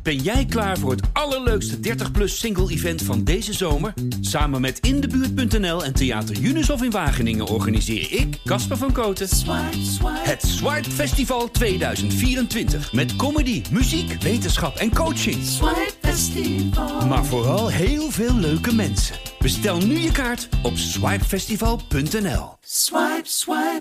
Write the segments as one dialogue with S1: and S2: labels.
S1: Ben jij klaar voor het allerleukste 30-plus single-event van deze zomer? Samen met Indebuurt.nl en Theater Junushof in Wageningen organiseer ik, Casper van Kooten, het Swipe Festival 2024. Met comedy, muziek, wetenschap en coaching. Swipe Festival. Maar vooral heel veel leuke mensen. Bestel nu je kaart op swipefestival.nl. Swipe, swipe.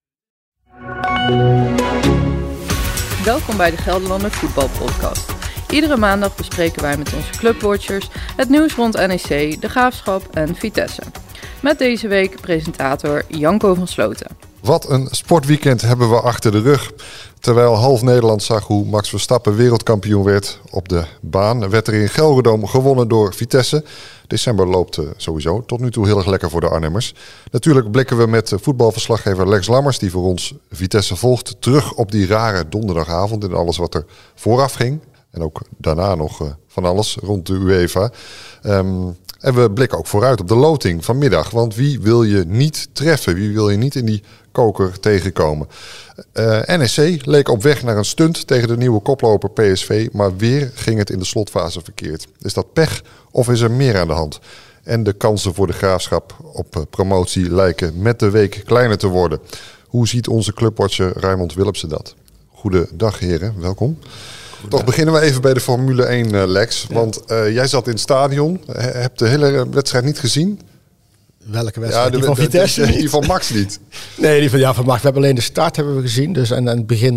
S2: Welkom bij de Gelderlander Voetbalpodcast. Iedere maandag bespreken wij met onze clubwatchers het nieuws rond NEC, de Graafschap en Vitesse. Met deze week presentator Janko van Sloten.
S3: Wat een sportweekend hebben we achter de rug. Terwijl half Nederland zag hoe Max Verstappen wereldkampioen werd op de baan, werd er in Gelredome gewonnen door Vitesse. December loopt sowieso tot nu toe heel erg lekker voor de Arnhemmers. Natuurlijk blikken we met voetbalverslaggever Lex Lammers, die voor ons Vitesse volgt, terug op die rare donderdagavond en alles wat er vooraf ging. En ook daarna nog van alles rond de UEFA. En we blikken ook vooruit op de loting vanmiddag. Want wie wil je niet treffen? Wie wil je niet in die koker tegenkomen? NEC leek op weg naar een stunt tegen de nieuwe koploper PSV. Maar weer ging het in de slotfase verkeerd. Is dat pech of is er meer aan de hand? En de kansen voor de Graafschap op promotie lijken met de week kleiner te worden. Hoe ziet onze clubwatcher Raymond Willemsen dat? Goedendag heren, welkom. Toch beginnen we even bij de Formule 1, Lex. Ja. Want jij zat in het stadion, hebt de hele wedstrijd niet gezien.
S4: Welke wedstrijd? Ja, die van Vitesse niet.
S3: Die van Max niet.
S4: Nee, die van Max. We hebben alleen de start hebben we gezien. Dus en het begin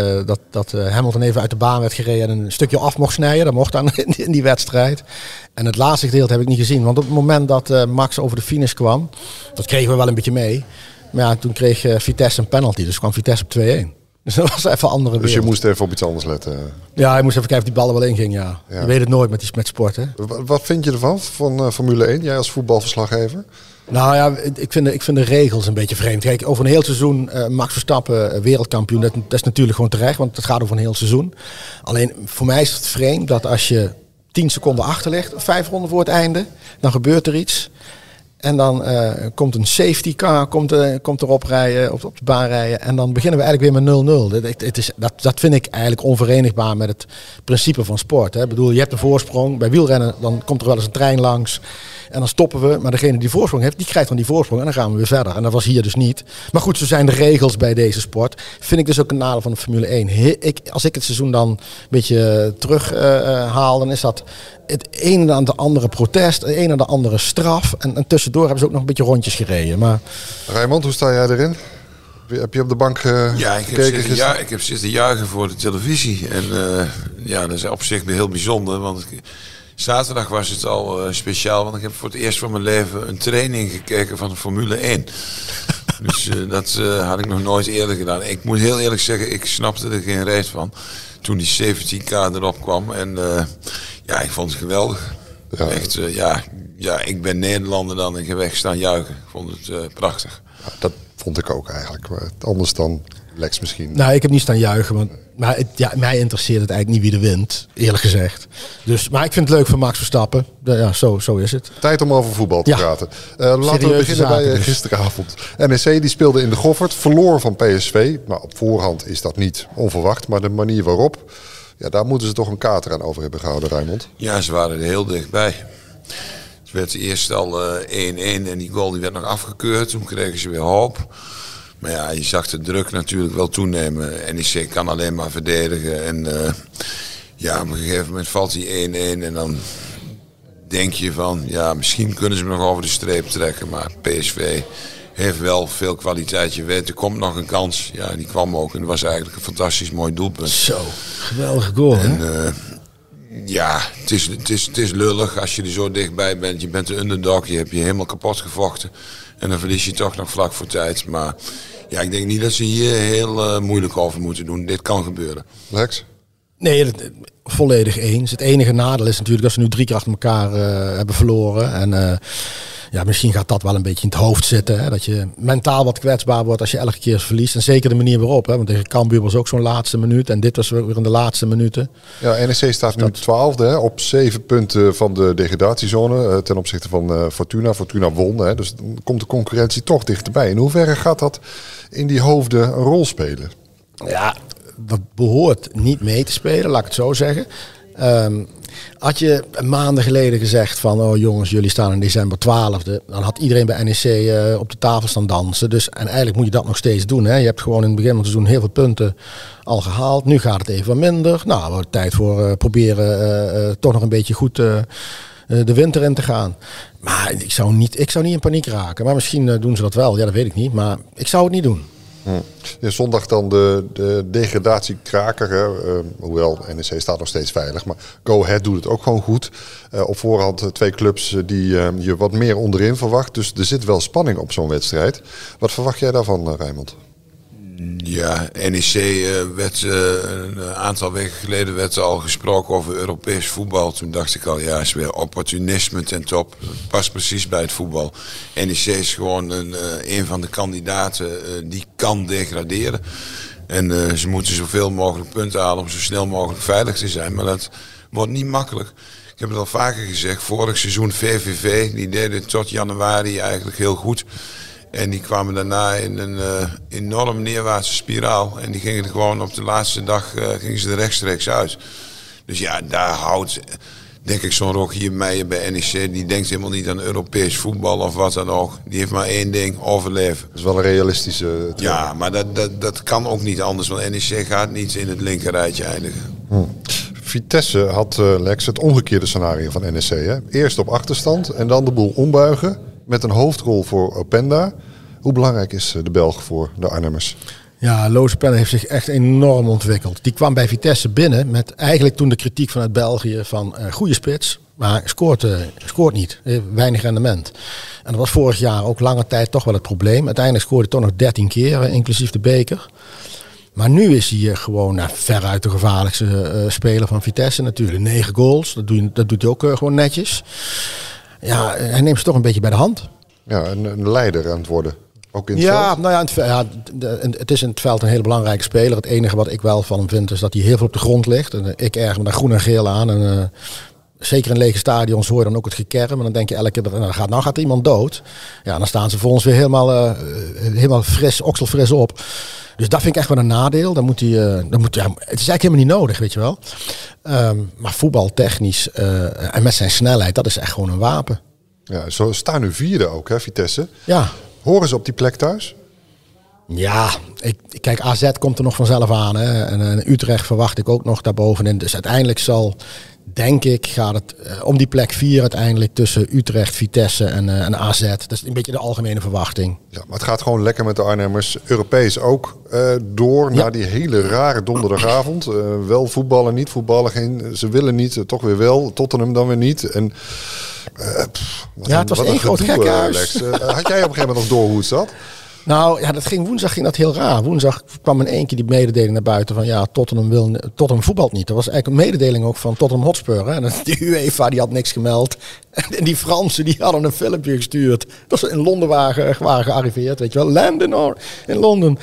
S4: dat Hamilton even uit de baan werd gereden en een stukje af mocht snijden. Dat mocht dan in die wedstrijd. En het laatste gedeelte heb ik niet gezien. Want op het moment dat Max over de finish kwam, dat kregen we wel een beetje mee. Maar ja, toen kreeg Vitesse een penalty. Dus kwam Vitesse op 2-1. Dus dat was even andere wereld.
S3: Dus je moest even op iets anders letten?
S4: Ja, je moest even kijken of die bal er wel in ging, ja. Je weet het nooit met sport, hè.
S3: Wat vind je ervan, van Formule 1, jij als voetbalverslaggever?
S4: Nou ja, ik vind de regels een beetje vreemd. Kijk, over een heel seizoen Max Verstappen wereldkampioen, dat is natuurlijk gewoon terecht, want het gaat over een heel seizoen. Alleen, voor mij is het vreemd dat als je 10 seconden achter ligt, 5 ronden voor het einde, dan gebeurt er iets. En dan komt een safety car komt erop rijden, op de baan rijden. En dan beginnen we eigenlijk weer met 0-0. Dat vind ik eigenlijk onverenigbaar met het principe van sport. Hè. Ik bedoel, je hebt een voorsprong. Bij wielrennen dan komt er wel eens een trein langs. En dan stoppen we. Maar degene die voorsprong heeft, die krijgt dan die voorsprong. En dan gaan we weer verder. En dat was hier dus niet. Maar goed, zo zijn de regels bij deze sport. Vind ik dus ook een nadeel van de Formule 1. Als ik het seizoen dan een beetje terughaal, dan is dat het ene aan de andere protest, het ene aan de andere straf. En tussendoor hebben ze ook nog een beetje rondjes gereden. Maar
S3: Raymond, hoe sta jij erin? Heb je op de bank gekeken?
S5: Ik heb zitten juichen voor de televisie. En dat is op zich heel bijzonder. Want zaterdag was het al speciaal. Want ik heb voor het eerst van mijn leven een training gekeken van de Formule 1. Dus dat had ik nog nooit eerder gedaan. Ik moet heel eerlijk zeggen, ik snapte er geen reet van. Toen die safety car erop kwam. En ik vond het geweldig. Ja. Echt, ik ben Nederlander dan en ik heb echt staan juichen. Ik vond het prachtig.
S3: Ja, dat vond ik ook eigenlijk. Maar anders dan Lex misschien.
S4: Nou, ik heb niet staan juichen. Maar mij interesseert het eigenlijk niet wie er wint, eerlijk gezegd. Dus, maar ik vind het leuk voor Max Verstappen. Ja, zo is het.
S3: Tijd om over voetbal te praten. Laten we beginnen bij gisteravond. NEC die speelde in de Goffert, verloor van PSV. Nou, op voorhand is dat niet onverwacht, maar de manier waarop, ja, daar moeten ze toch een kater aan over hebben gehouden, Raymond.
S5: Ja, ze waren er heel dichtbij. Het werd eerst al 1-1 en die goal die werd nog afgekeurd. Toen kregen ze weer hoop. Maar ja, je zag de druk natuurlijk wel toenemen. NEC kan alleen maar verdedigen. En op een gegeven moment valt die 1-1 en dan denk je van, ja, misschien kunnen ze hem nog over de streep trekken. Maar PSV heeft wel veel kwaliteit. Je weet, er komt nog een kans. Ja, die kwam ook en dat was eigenlijk een fantastisch mooi doelpunt.
S4: Zo, geweldige goal, hè?
S5: Het is lullig als je er zo dichtbij bent. Je bent de underdog, je hebt je helemaal kapot gevochten. En dan verlies je toch nog vlak voor tijd. Maar ja, ik denk niet dat ze hier heel moeilijk over moeten doen. Dit kan gebeuren.
S3: Lex?
S4: Nee, volledig eens. Het enige nadeel is natuurlijk dat ze nu 3 keer achter elkaar hebben verloren. En misschien gaat dat wel een beetje in het hoofd zitten. Hè? Dat je mentaal wat kwetsbaar wordt als je elke keer verliest. En zeker de manier waarop. Hè? Want tegen Cambuur was ook zo'n laatste minuut. En dit was weer in de laatste minuten.
S3: Ja, NEC staat nu 12e hè? Op 7 punten van de degradatiezone. Ten opzichte van Fortuna. Fortuna won. Hè? Dus dan komt de concurrentie toch dichterbij. In hoeverre gaat dat in die hoofden een rol spelen?
S4: Ja, dat behoort niet mee te spelen, laat ik het zo zeggen. Had je maanden geleden gezegd van, oh jongens, jullie staan in december 12e, dan had iedereen bij NEC op de tafel staan dansen. Dus, en eigenlijk moet je dat nog steeds doen. Hè? Je hebt gewoon in het begin van het seizoen heel veel punten al gehaald. Nu gaat het even wat minder. Nou, we hebben tijd voor proberen toch nog een beetje goed de winter in te gaan. Maar ik zou niet in paniek raken. Maar misschien doen ze dat wel, ja, dat weet ik niet. Maar ik zou het niet doen.
S3: In zondag dan de degradatiekraker. Hoewel NEC staat nog steeds veilig. Maar Go Ahead doet het ook gewoon goed. Op voorhand 2 clubs die je wat meer onderin verwacht. Dus er zit wel spanning op zo'n wedstrijd. Wat verwacht jij daarvan, Rijnmond?
S5: Ja, NEC werd een aantal weken geleden werd al gesproken over Europees voetbal. Toen dacht ik al, ja, is weer opportunisme ten top. Dat past precies bij het voetbal. NEC is gewoon een van de kandidaten die kan degraderen. En ze moeten zoveel mogelijk punten halen om zo snel mogelijk veilig te zijn. Maar dat wordt niet makkelijk. Ik heb het al vaker gezegd, vorig seizoen VVV, die deden tot januari eigenlijk heel goed. En die kwamen daarna in een enorm neerwaartse spiraal. En die gingen er gewoon op de laatste dag gingen ze er rechtstreeks uit. Dus ja, daar houdt, denk ik, zo'n Rogier Meijer bij NEC. Die denkt helemaal niet aan Europees voetbal of wat dan ook. Die heeft maar één ding, overleven.
S3: Dat is wel een realistische trend.
S5: Ja, maar dat kan ook niet anders. Want NEC gaat niet in het linkerrijtje eindigen.
S3: Vitesse had, Lex, het omgekeerde scenario van NEC. Hè? Eerst op achterstand en dan de boel ombuigen. Met een hoofdrol voor Openda. Hoe belangrijk is de Belg voor de Arnhemmers?
S4: Ja, Loos Openda heeft zich echt enorm ontwikkeld. Die kwam bij Vitesse binnen met eigenlijk toen de kritiek vanuit België van goede spits. Maar scoort niet. Weinig rendement. En dat was vorig jaar ook lange tijd toch wel het probleem. Uiteindelijk scoorde hij toch nog 13 keer, inclusief de beker. Maar nu is hij gewoon veruit de gevaarlijkste speler van Vitesse natuurlijk. 9 goals, dat doet hij ook gewoon netjes. Ja, hij neemt ze toch een beetje bij de hand.
S3: Ja, een leider aan het worden. Ook in het veld?
S4: Nou ja, het is in het veld een hele belangrijke speler. Het enige wat ik wel van hem vind is dat hij heel veel op de grond ligt. En ik erg me daar groen en geel aan. En zeker in lege stadions hoor je dan ook het gekerm. En dan denk je elke keer, nou gaat iemand dood. Ja, dan staan ze voor ons weer helemaal fris, okselfris op. Dus dat vind ik echt wel een nadeel. Het is eigenlijk helemaal niet nodig, weet je wel. Maar voetbaltechnisch en met zijn snelheid, dat is echt gewoon een wapen.
S3: Ja, zo staan nu 4e ook, hè, Vitesse.
S4: Ja.
S3: Horen ze op die plek thuis?
S4: Ja, kijk, AZ komt er nog vanzelf aan. Hè. En Utrecht verwacht ik ook nog daarbovenin. Dus uiteindelijk denk ik, gaat het om die plek 4 uiteindelijk tussen Utrecht, Vitesse en AZ. Dat is een beetje de algemene verwachting.
S3: Ja, maar het gaat gewoon lekker met de Arnhemmers. Europees ook door naar die hele rare donderdagavond. Wel voetballen, niet voetballen. Ze willen niet, toch weer wel. Tottenham dan weer niet. En,
S4: het was één groot gekhuis.
S3: Had jij op een gegeven moment nog door hoe het zat?
S4: Nou ja, woensdag ging dat heel raar. Woensdag kwam in één keer die mededeling naar buiten van ja, Tottenham voetbalt niet. Dat was eigenlijk een mededeling ook van Tottenham Hotspur. Hè? En de UEFA die had niks gemeld. En die Fransen die hadden een filmpje gestuurd. Dat ze in Londen waren gearriveerd, weet je wel. Landing in Londen.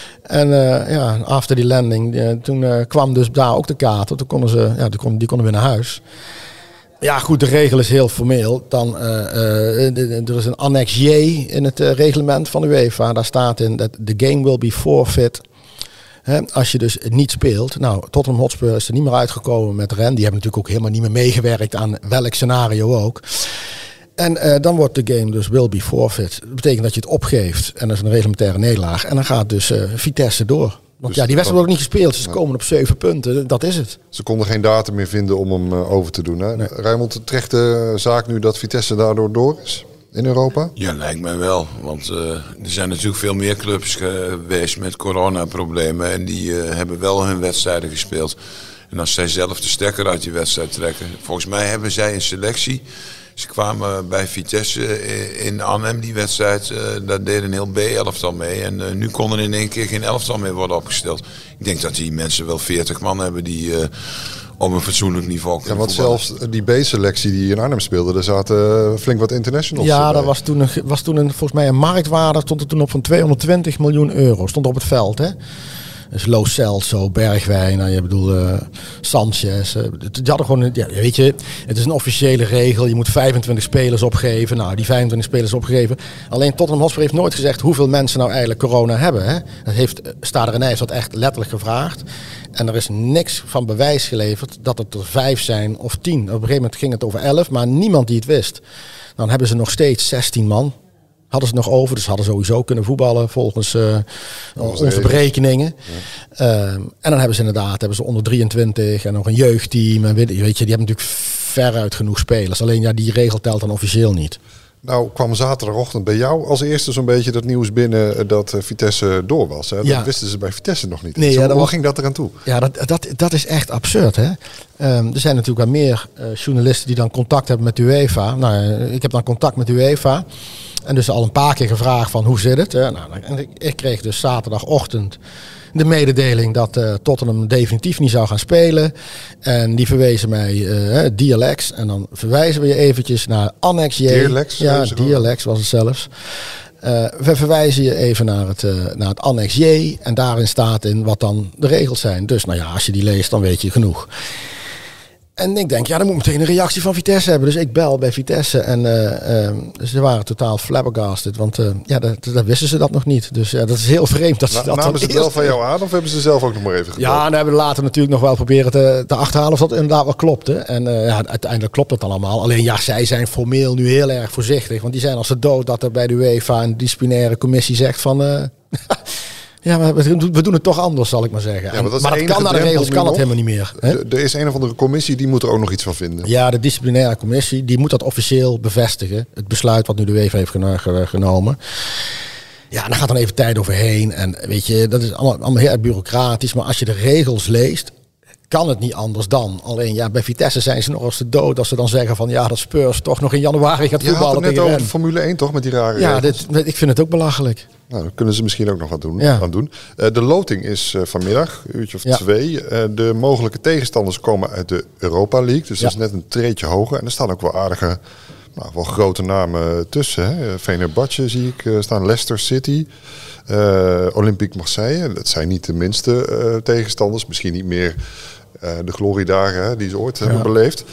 S4: En after die landing, toen kwam dus daar ook de kaart. Toen konden die konden weer naar huis. Ja goed, de regel is heel formeel. Dan, er is een annex J in het reglement van de UEFA. Daar staat in dat the game will be forfeit. Als je dus niet speelt. Nou, Tottenham Hotspur is er niet meer uitgekomen met Rennes. Die hebben natuurlijk ook helemaal niet meer meegewerkt aan welk scenario ook. En dan wordt de game dus will be forfeit. Dat betekent dat je het opgeeft. En dat is een reglementaire nederlaag. En dan gaat dus Vitesse door. Want
S3: Dus
S4: die wedstrijd wordt ook niet gespeeld. Ze komen op 7 punten. Dat is het.
S3: Ze konden geen datum meer vinden om hem over te doen. Hè? Nee. Rijnmond, terecht de zaak nu dat Vitesse daardoor door is in Europa?
S5: Ja, lijkt mij wel. Want er zijn natuurlijk veel meer clubs geweest met coronaproblemen. En die hebben wel hun wedstrijden gespeeld. En als zij zelf de stekker uit die wedstrijd trekken. Volgens mij hebben zij een selectie. Ze kwamen bij Vitesse in Arnhem, die wedstrijd, daar deed een heel B-elftal mee. En nu kon er in één keer geen elftal meer worden opgesteld. Ik denk dat die mensen wel 40 man hebben die op een fatsoenlijk niveau kunnen
S3: want
S5: voetballen.
S3: Zelfs die B-selectie die in Arnhem speelde, daar zaten flink wat internationals
S4: Ja,
S3: bij.
S4: dat was toen volgens mij een marktwaarde, stond er toen op van €220 miljoen. Stond op het veld, hè. Dus Lo Celso, Bergwijn, je bedoel Sanchez. Die hadden gewoon, weet je, het is een officiële regel. Je moet 25 spelers opgeven. Nou, die 25 spelers opgegeven. Alleen Tottenham Hotspur heeft nooit gezegd hoeveel mensen nou eigenlijk corona hebben. Hè? Dat heeft Stade Rennijs dat echt letterlijk gevraagd. En er is niks van bewijs geleverd dat het er 5 zijn of 10. Op een gegeven moment ging het over 11, maar niemand die het wist. Dan hebben ze nog steeds 16 man. Hadden ze nog over, dus hadden sowieso kunnen voetballen volgens onze berekeningen. Ja. En dan hebben ze onder 23 en nog een jeugdteam. En weet je, die hebben natuurlijk veruit genoeg spelers. Alleen die regel telt dan officieel niet.
S3: Nou kwam zaterdagochtend bij jou als eerste zo'n beetje dat nieuws binnen dat Vitesse door was. Hè? Dat wisten ze bij Vitesse nog niet. Nee, hoe ging dat eraan toe?
S4: Ja, dat is echt absurd. Hè? Er zijn natuurlijk wel meer journalisten die dan contact hebben met UEFA. Nou, ik heb dan contact met UEFA. En dus al een paar keer gevraagd van hoe zit het. Nou, ik kreeg dus zaterdagochtend de mededeling dat Tottenham definitief niet zou gaan spelen. En die verwezen mij Dialex. En dan verwijzen we je eventjes naar Annex J.
S3: Dialex?
S4: Ja, Dialex was het zelfs. We verwijzen je even naar het Annex J. En daarin staat in wat dan de regels zijn. Dus nou ja, als je die leest, dan weet je genoeg. En ik denk, dan moet ik meteen een reactie van Vitesse hebben. Dus ik bel bij Vitesse en ze waren totaal flabbergasted. Want dat wisten ze dat nog niet. Dus dat is heel vreemd. Dat
S3: namen ze het wel van jou aan of hebben ze zelf ook nog maar even gedaan?
S4: Ja, en hebben we later natuurlijk nog wel proberen te achterhalen of dat inderdaad wel klopte. En uiteindelijk klopt dat allemaal. Alleen zij zijn formeel nu heel erg voorzichtig. Want die zijn als ze dood dat er bij de UEFA een disciplinaire commissie zegt van... Ja, maar we doen het toch anders, zal ik maar zeggen.
S3: Ja,
S4: maar dat kan naar de regels, kan het helemaal niet meer. Hè?
S3: Er is een of andere commissie, die moet er ook nog iets van vinden.
S4: Ja, de disciplinaire commissie, die moet dat officieel bevestigen. Het besluit wat nu de UEFA heeft genomen. Ja, daar gaat dan even tijd overheen. En weet je, dat is allemaal heel erg bureaucratisch. Maar als je de regels leest, kan het niet anders dan. Alleen bij Vitesse zijn ze nog als de dood als ze dan zeggen van dat Spurs toch nog in januari gaat voetballen. Je had
S3: het net over Formule 1 toch, met die rare regels?
S4: Ja, ik vind het ook belachelijk.
S3: Nou, dan kunnen ze misschien ook nog wat aan doen. De loting is vanmiddag, een uurtje of 2. De mogelijke tegenstanders komen uit de Europa League. Dus dat is net een treetje hoger. En er staan ook wel aardige, wel grote namen tussen. Hè? Fenerbahce zie ik staan, Leicester City, Olympique Marseille. Dat zijn niet de minste tegenstanders. Misschien niet meer de gloriedagen die ze ooit hebben beleefd.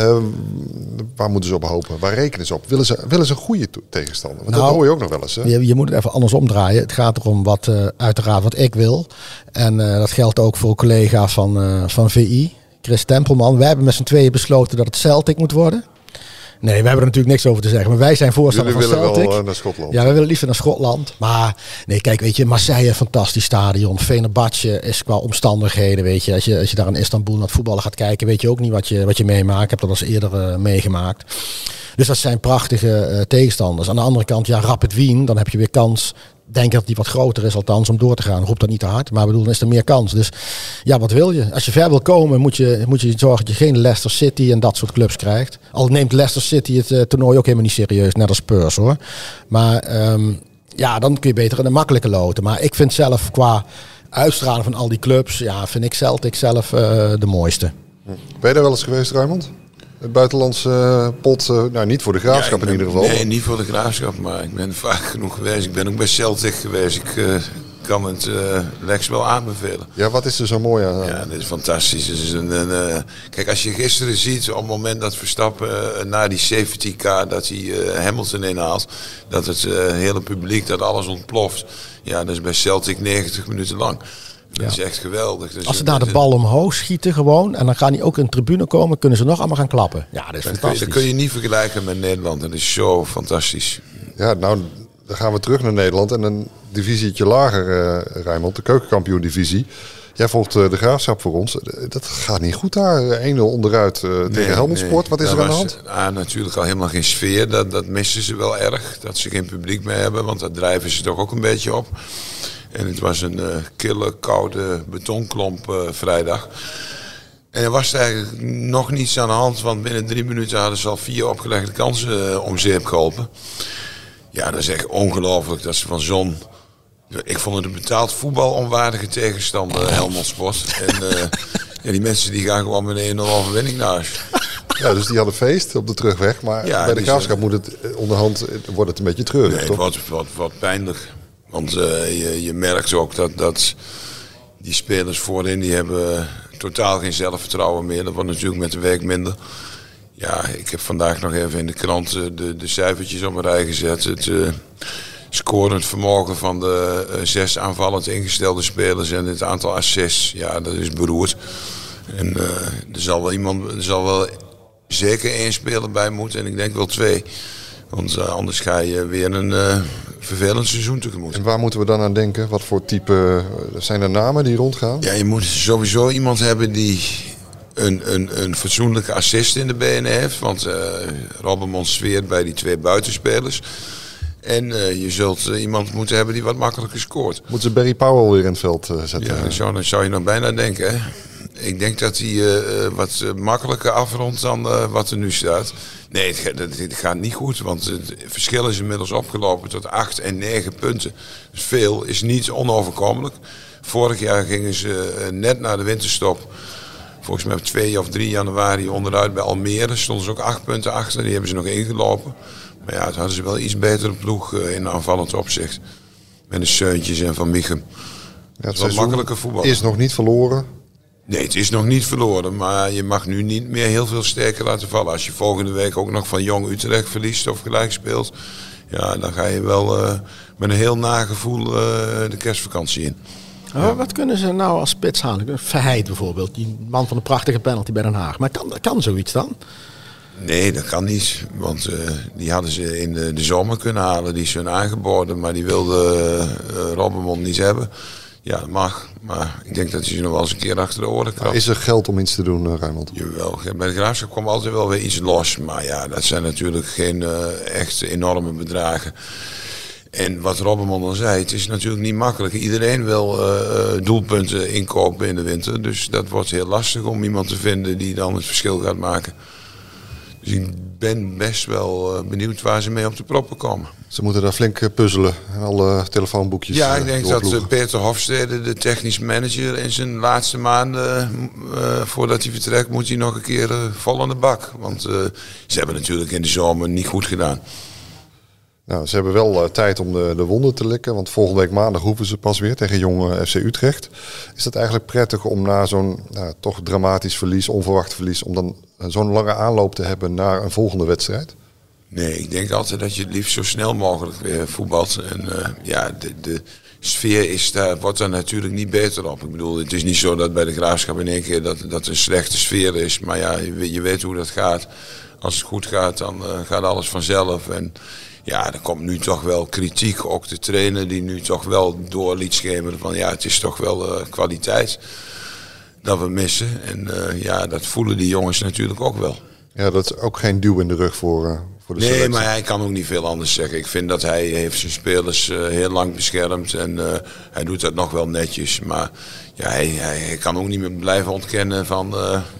S3: Waar moeten ze op hopen? Waar rekenen ze op? Willen ze een goede tegenstander? Want dat hoor je ook nog wel eens. Hè?
S4: Je moet het even anders omdraaien. Het gaat erom uiteraard wat ik wil. En dat geldt ook voor een collega van VI, Chris Tempelman. Wij hebben met z'n tweeën besloten dat het Celtic moet worden. Nee, we hebben er natuurlijk niks over te zeggen. Maar wij zijn voorstander van Celtic.
S3: Jullie willen wel naar Schotland.
S4: Ja, we willen liever naar Schotland. Maar nee, kijk, weet je, Marseille, fantastisch stadion. Fenerbahce is qua omstandigheden, weet je. Als je daar in Istanbul naar het voetballen gaat kijken, weet je ook niet wat je meemaakt. Ik heb dat al eens eerder meegemaakt. Dus dat zijn prachtige tegenstanders. Aan de andere kant, Rapid Wien, dan heb je weer kans. Denk dat die wat groter is althans om door te gaan. Roep dat niet te hard, maar dan is er meer kans. Dus wat wil je? Als je ver wil komen, moet je zorgen dat je geen Leicester City en dat soort clubs krijgt. Al neemt Leicester City het toernooi ook helemaal niet serieus, net als Spurs hoor. Maar dan kun je beter een makkelijke loten. Maar ik vind zelf qua uitstralen van al die clubs, vind ik Celtic zelf de mooiste.
S3: Ben je daar wel eens geweest, Raymond? Het buitenlandse pot, niet voor de Graafschap in ieder geval.
S5: Nee, niet voor de Graafschap, maar ik ben vaak genoeg geweest. Ik ben ook bij Celtic geweest. Ik kan het Lex wel aanbevelen.
S3: Ja, wat is er zo mooi aan?
S5: Ja, dit is fantastisch. Het is kijk, als je gisteren ziet, op het moment dat Verstappen na die safety car, dat hij Hamilton inhaalt, dat het hele publiek, dat alles ontploft. Ja, dat is bij Celtic 90 minuten lang. Dat is echt geweldig. Dus
S4: als ze daar de bal omhoog schieten gewoon en dan gaan die ook in de tribune komen, kunnen ze nog allemaal gaan klappen. Ja, dat is fantastisch.
S5: Dat kun je niet vergelijken met Nederland. Dat is zo fantastisch.
S3: Ja, nou, dan gaan we terug naar Nederland en een divisietje lager, Raymond, de keukenkampioen-divisie. Jij volgt de Graafschap voor ons. Dat gaat niet goed daar. 1-0 onderuit tegen Helmond Sport. Wat is er aan de hand?
S5: Natuurlijk al helemaal geen sfeer. Dat missen ze wel erg. Dat ze geen publiek meer hebben, want dat drijven ze toch ook een beetje op. En het was een kille, koude betonklomp vrijdag. En er was eigenlijk nog niets aan de hand, want binnen 3 minuten hadden ze al 4 opgelegde kansen om zeep geholpen. Ja, dat is echt ongelooflijk dat ze van zo'n... Ik vond het een betaald voetbal onwaardige tegenstander, Helmond Sport. En die mensen die gaan gewoon met een 1-0 overwinning naar huis.
S3: Ja, dus die hadden feest op de terugweg. Maar bij de Graafschap moet het onderhand wordt het een beetje treurig, toch?
S5: Het wordt pijnlijk. Want je merkt ook dat Die spelers voorin die hebben totaal geen zelfvertrouwen meer. Dat wordt natuurlijk met de week minder. Ja, ik heb vandaag nog even in de krant de cijfertjes op een rij gezet. Het scorend vermogen van de 6 aanvallend ingestelde spelers en het aantal assists. Ja, dat is beroerd. En er zal wel zeker 1 speler bij moeten en ik denk wel 2. Want anders ga je weer een vervelend seizoen tegemoet.
S3: En waar moeten we dan aan denken? Wat voor type zijn er namen die rondgaan?
S5: Ja, je moet sowieso iemand hebben die een fatsoenlijke assist in de benen heeft. Want Robbenmond zweert bij die 2 buitenspelers. En je zult iemand moeten hebben die wat makkelijker scoort.
S3: Moeten ze Barry Powell weer in het veld zetten?
S5: Ja, dan zou je nog bijna denken. Hè? Ik denk dat hij wat makkelijker afrondt dan wat er nu staat. Nee, het gaat niet goed. Want het verschil is inmiddels opgelopen tot 8 en 9 punten. Dus veel is niet onoverkomelijk. Vorig jaar gingen ze net na de winterstop. Volgens mij op 2 of 3 januari onderuit bij Almere. Stonden ze ook 8 punten achter. Die hebben ze nog ingelopen. Maar ja, het hadden ze wel iets betere ploeg in aanvallend opzicht. Met de Seuntjes en Van Michem.
S3: Ja, het
S5: is wel makkelijker voetbal.
S3: Is nog niet verloren.
S5: Nee, het is nog niet verloren. Maar je mag nu niet meer heel veel sterker laten vallen. Als je volgende week ook nog van Jong Utrecht verliest of gelijk speelt. Ja, dan ga je wel met een heel nagevoel de kerstvakantie in.
S4: Ja. Wat kunnen ze nou als spits halen? Verheid bijvoorbeeld, die man van de prachtige penalty bij Den Haag. Maar kan zoiets dan?
S5: Nee, dat kan niet. Want die hadden ze in de zomer kunnen halen. Die is hun aangeboden, maar die wilde Robbenmond niet hebben. Ja, dat mag. Maar ik denk dat hij ze nog wel eens een keer achter de oren krabt.
S3: Is er geld om iets te doen, Rijnmond?
S5: Jawel. Bij de Graafschap kwam altijd wel weer iets los. Maar ja, dat zijn natuurlijk geen echt enorme bedragen. En wat Robbenmond al zei, het is natuurlijk niet makkelijk. Iedereen wil doelpunten inkopen in de winter. Dus dat wordt heel lastig om iemand te vinden die dan het verschil gaat maken. Dus ik ben best wel benieuwd waar ze mee op de proppen komen.
S3: Ze moeten daar flink puzzelen en alle telefoonboekjes.
S5: Ja, ik denk dat Peter Hofstede, de technisch manager, in zijn laatste maanden, voordat hij vertrekt, moet hij nog een keer vol aan de bak. Want ze hebben natuurlijk in de zomer niet goed gedaan.
S3: Nou, ze hebben wel tijd om de wonden te likken, want volgende week maandag hoeven ze pas weer tegen Jong FC Utrecht. Is dat eigenlijk prettig om na zo'n toch dramatisch verlies, onverwacht verlies, om dan zo'n lange aanloop te hebben naar een volgende wedstrijd?
S5: Nee, ik denk altijd dat je het liefst zo snel mogelijk weer voetbalt. En de sfeer wordt daar natuurlijk niet beter op. Ik bedoel, het is niet zo dat bij de Graafschap in één keer dat een slechte sfeer is. Maar ja, je weet hoe dat gaat. Als het goed gaat, dan gaat alles vanzelf. En ja, er komt nu toch wel kritiek. Ook de trainer die nu toch wel door liet schemeren van ja, het is toch wel kwaliteit dat we missen. En dat voelen die jongens natuurlijk ook wel.
S3: Ja, dat is ook geen duw in de rug voor de selectie.
S5: Nee, maar hij kan ook niet veel anders zeggen. Ik vind dat hij heeft zijn spelers heel lang beschermd en hij doet dat nog wel netjes. Maar ja, hij kan ook niet meer blijven ontkennen van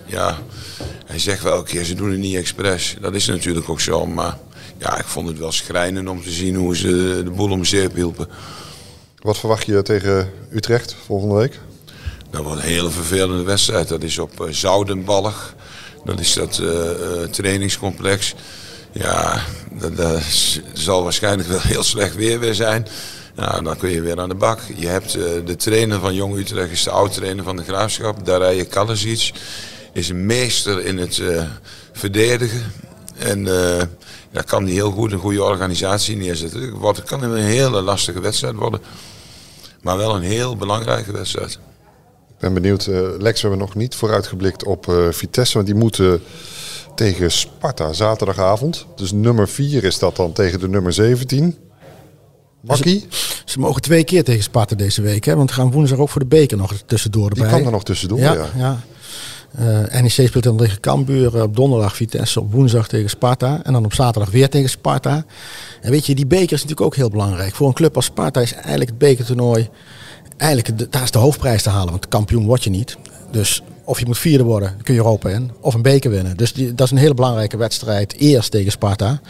S5: hij zegt wel elke keer ze doen het niet expres. Dat is natuurlijk ook zo, maar ja, ik vond het wel schrijnend om te zien hoe ze de boel om zeep hielpen.
S3: Wat verwacht je tegen Utrecht volgende week?
S5: Dat wordt een hele vervelende wedstrijd. Dat is op Zoudenballig. Dat is dat trainingscomplex. Ja, dat zal waarschijnlijk wel heel slecht weer zijn. Nou, dan kun je weer aan de bak. Je hebt de trainer van Jong Utrecht, is de oud-trainer van de Graafschap. Darije Kalasic is een meester in het verdedigen. En daar kan hij heel goed een goede organisatie neerzetten. Het kan een hele lastige wedstrijd worden. Maar wel een heel belangrijke wedstrijd.
S3: Ik ben benieuwd. Lex, we hebben nog niet vooruitgeblikt op Vitesse. Want die moeten tegen Sparta zaterdagavond. Dus nummer 4 is dat dan tegen de nummer 17. Makkie?
S4: Ze mogen 2 keer tegen Sparta deze week. Hè? Want we gaan woensdag ook voor de beker nog tussendoor erbij.
S3: Die kan er nog tussendoor, ja.
S4: NEC speelt dan tegen Cambuur, op donderdag Vitesse, op woensdag tegen Sparta. En dan op zaterdag weer tegen Sparta. En weet je, die beker is natuurlijk ook heel belangrijk. Voor een club als Sparta is eigenlijk het bekertoernooi, daar is de hoofdprijs te halen. Want kampioen word je niet. Dus of je moet 4e worden, dan kun je Europa in. Of een beker winnen. Dus dat is een hele belangrijke wedstrijd. Eerst tegen Sparta.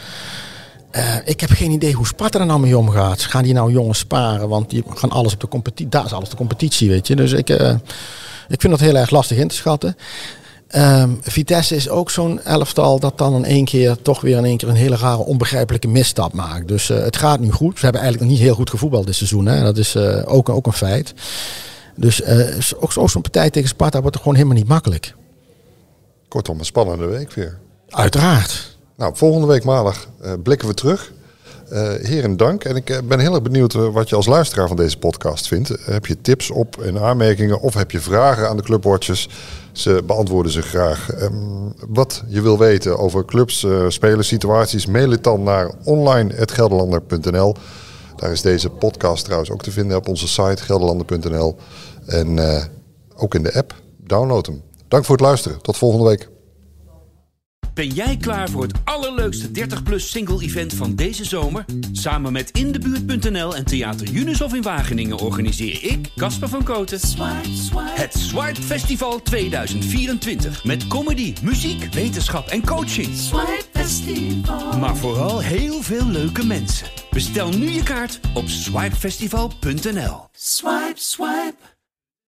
S4: Ik heb geen idee hoe Sparta er nou mee omgaat. Gaan die nou jongens sparen? Want die gaan alles op de competitie. Daar is alles de competitie, weet je. Dus ik vind dat heel erg lastig in te schatten. Vitesse is ook zo'n elftal dat dan in één keer een hele rare onbegrijpelijke misstap maakt. Dus het gaat nu goed. Ze hebben eigenlijk nog niet heel goed gevoetbald dit seizoen. Hè. Dat is ook een feit. Dus ook zo'n partij tegen Sparta wordt er gewoon helemaal niet makkelijk.
S3: Kortom, een spannende week weer.
S4: Uiteraard.
S3: Nou, volgende week maandag blikken we terug. Heren, dank. En ik ben heel erg benieuwd wat je als luisteraar van deze podcast vindt. Heb je tips op en aanmerkingen of heb je vragen aan de Clubwatchers? Ze beantwoorden ze graag. Wat je wil weten over clubs, spelers, situaties, mail het dan naar online@gelderlander.nl. Daar is deze podcast trouwens ook te vinden op onze site gelderlander.nl. En ook in de app. Download hem. Dank voor het luisteren. Tot volgende week.
S1: Ben jij klaar voor het allerleukste 30-plus single-event van deze zomer? Samen met Indebuurt.nl en Theater Junushof in Wageningen organiseer ik, Casper van Kooten, het Swipe Festival 2024. Met comedy, muziek, wetenschap en coaching.
S6: Swipe Festival.
S1: Maar vooral heel veel leuke mensen. Bestel nu je kaart op swipefestival.nl.
S6: Swipe, swipe.